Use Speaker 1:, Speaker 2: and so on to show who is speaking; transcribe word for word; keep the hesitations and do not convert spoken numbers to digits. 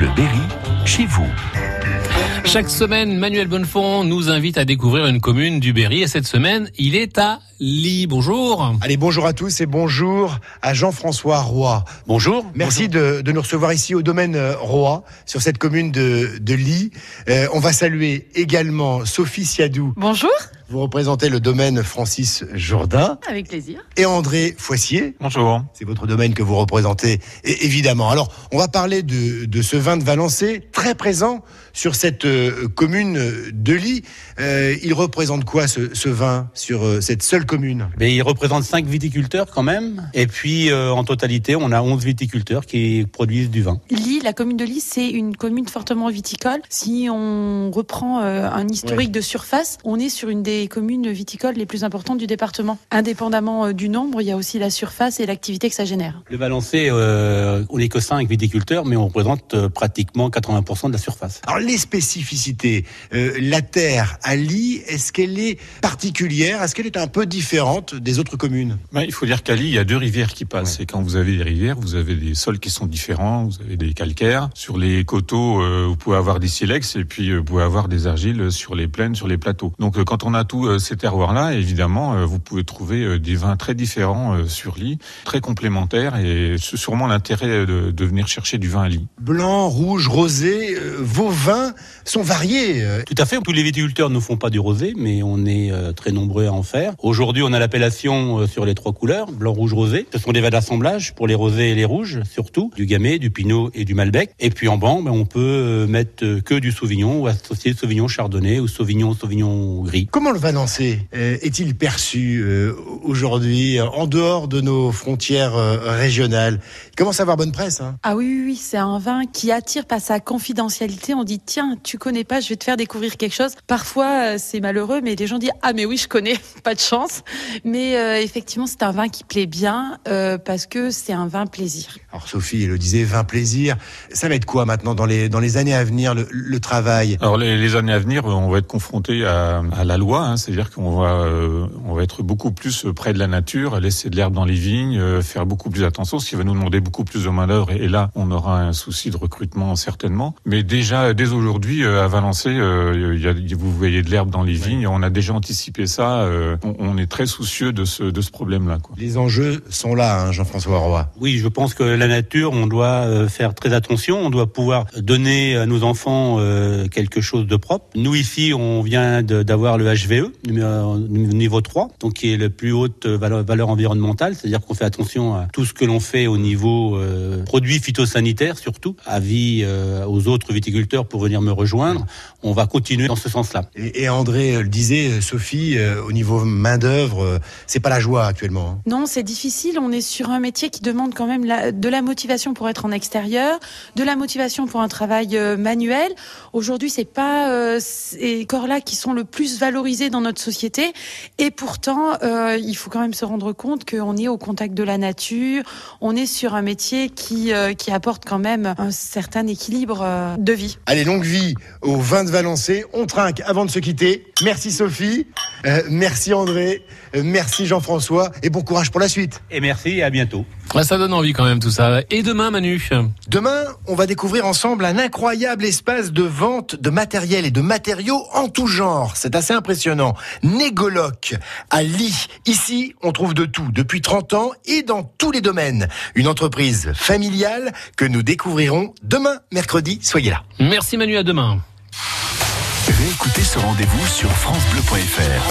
Speaker 1: Bleu Berry, chez vous.
Speaker 2: Chaque semaine, Manuel Bonnefond nous invite à découvrir une commune du Berry et cette semaine, il est à Ly. Bonjour.
Speaker 3: Allez, bonjour à tous et bonjour à Jean-François Roy.
Speaker 2: Bonjour.
Speaker 3: Merci
Speaker 2: bonjour.
Speaker 3: De, de nous recevoir ici au domaine Roy, sur cette commune de, de Ly. Euh, on va saluer également Sophie Siadou.
Speaker 4: Bonjour.
Speaker 3: Vous représentez le domaine Francis Jourdain.
Speaker 4: Avec plaisir.
Speaker 3: Et André Foissier.
Speaker 5: Bonjour.
Speaker 3: C'est votre domaine que vous représentez, et évidemment. Alors, on va parler de, de ce vin de Valençay, très présent sur cette euh, commune de Ly. Euh, il représente quoi, ce, ce vin, sur euh, cette seule commune ?
Speaker 6: Mais il représente cinq viticulteurs quand même. Et puis, euh, en totalité, on a onze viticulteurs qui produisent du vin.
Speaker 4: Ly, la commune de Ly, c'est une commune fortement viticole. Si on reprend euh, un historique ouais. de surface, on est sur une des communes viticoles les plus importantes du département. Indépendamment euh, du nombre, il y a aussi la surface et l'activité que ça génère.
Speaker 6: Le Valençay, euh, on n'est que cinq viticulteurs, mais on représente euh, pratiquement quatre-vingts pour cent de la surface.
Speaker 3: Alors, les spécificités, euh, la terre à Ly, est-ce qu'elle est particulière ? Est-ce qu'elle est un peu différente des autres communes ?
Speaker 5: Ben, il faut dire qu'à Ly, il y a deux rivières qui passent. Ouais. Et quand vous avez des rivières, vous avez des sols qui sont différents, vous avez des calcaires. Sur les coteaux, euh, vous pouvez avoir des silex et puis euh, vous pouvez avoir des argiles sur les plaines, sur les plateaux. Donc euh, quand on a tous euh, ces terroirs-là, évidemment, euh, vous pouvez trouver euh, des vins très différents euh, sur Ly, très complémentaires, et c'est sûrement l'intérêt de, de venir chercher du vin à Ly.
Speaker 3: Blanc, rouge, rosé, euh, vos vins sont variés. Euh.
Speaker 6: Tout à fait. Tous les viticulteurs ne font pas du rosé, mais on est euh, très nombreux à en faire. Aujourd'hui, on a l'appellation euh, sur les trois couleurs, blanc, rouge, rosé. Ce sont des vins d'assemblage pour les rosés et les rouges, surtout, du gamay, du pinot et du malbec. Et puis en blanc, ben, on peut euh, mettre euh, que du sauvignon ou associer sauvignon chardonnay ou sauvignon sauvignon gris.
Speaker 3: Comment le Valençay euh, est-il perçu euh, aujourd'hui en dehors de nos frontières euh, régionales ? Il commence à avoir bonne presse. Hein.
Speaker 4: Ah oui, oui, oui, c'est un vin qui attire par sa confidentialité. On dit tiens, tu connais pas, je vais te faire découvrir quelque chose. Parfois, euh, c'est malheureux, mais les gens disent ah mais oui, je connais, pas de chance. Mais euh, effectivement, c'est un vin qui plaît bien euh, parce que c'est un vin plaisir.
Speaker 3: Alors Sophie, elle le disait, vin plaisir. Ça va être quoi maintenant dans les dans les années à venir, le, le travail ?
Speaker 5: Alors les, les années à venir, on va être confronté à, à la loi, hein, c'est-à-dire qu'on va euh, on va être beaucoup plus près de la nature, laisser de l'herbe dans les vignes, euh, faire beaucoup plus attention, ce qui va nous demander beaucoup plus de main d'œuvre. Et, et là, on aura un souci de recrutement certainement. Mais déjà dès aujourd'hui euh, à Valençay, euh, y a, vous voyez de l'herbe dans les vignes. On a déjà anticipé ça. Euh, on, on est très soucieux de ce de ce problème-là, quoi.
Speaker 3: Les enjeux sont là, hein, Jean-François Roy.
Speaker 6: Oui, je pense que la nature, on doit euh, faire très attention. On doit pouvoir donner à nos enfants euh, quelque chose de propre. Nous ici, on vient de, d'avoir le H V E numéro, niveau trois, donc qui est la plus haute valeur, valeur environnementale. C'est-à-dire qu'on fait attention à tout ce que l'on fait au niveau euh, produits phytosanitaires, surtout. Avis euh, aux autres viticulteurs pour venir me rejoindre. On va continuer dans ce sens-là.
Speaker 3: Et, et André le disait, Sophie, euh, au niveau main d'œuvre, euh, c'est pas la joie actuellement. Hein.
Speaker 4: Non, c'est difficile. On est sur un métier qui demande quand même la, de la motivation pour être en extérieur, de la motivation pour un travail euh, manuel. Aujourd'hui, c'est pas euh, ces corps-là qui sont le plus valorisés dans notre société. Et pourtant, euh, il faut quand même se rendre compte qu'on est au contact de la nature. On est sur un métier qui euh, qui apporte quand même un certain équilibre euh, de vie.
Speaker 3: Allez, longue vie au vin de Valençay. On trinque avant de se quitter. Merci Sophie, euh, merci André, euh, merci Jean-François et bon courage pour la suite.
Speaker 6: Et merci et à bientôt.
Speaker 2: Ouais, ça donne envie quand même tout ça. Et demain, Manu ?
Speaker 3: Demain, on va découvrir ensemble un incroyable espace de vente de matériel et de matériaux en tout genre. C'est assez impressionnant. Négoloc à Ly. Ici, on trouve de tout depuis trente ans et dans tous les domaines. Une entreprise familiale que nous découvrirons demain, mercredi. Soyez là.
Speaker 2: Merci Manu, à demain.
Speaker 1: Réécoutez ce rendez-vous sur francebleu point fr.